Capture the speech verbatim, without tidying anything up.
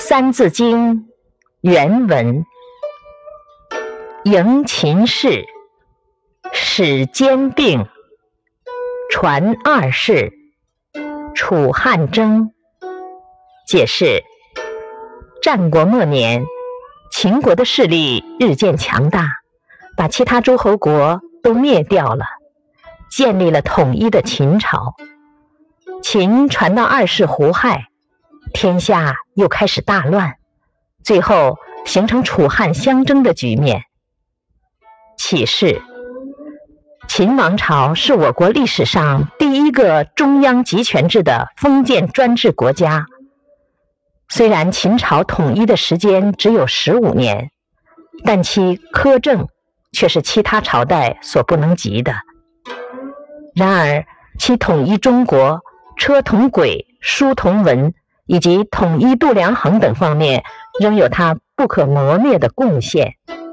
三字经原文：迎秦氏，始兼并，传二世，楚汉争。解释：战国末年，秦国的势力日渐强大，把其他诸侯国都灭掉了，建立了统一的秦朝。秦传到二世胡亥，天下又开始大乱，最后形成楚汉相争的局面。启示：秦王朝是我国历史上第一个中央集权制的封建专制国家。虽然秦朝统一的时间只有十五年，但其苛政却是其他朝代所不能及的。然而，其统一中国、车同轨、书同文以及统一度量衡等方面，仍有它不可磨灭的贡献。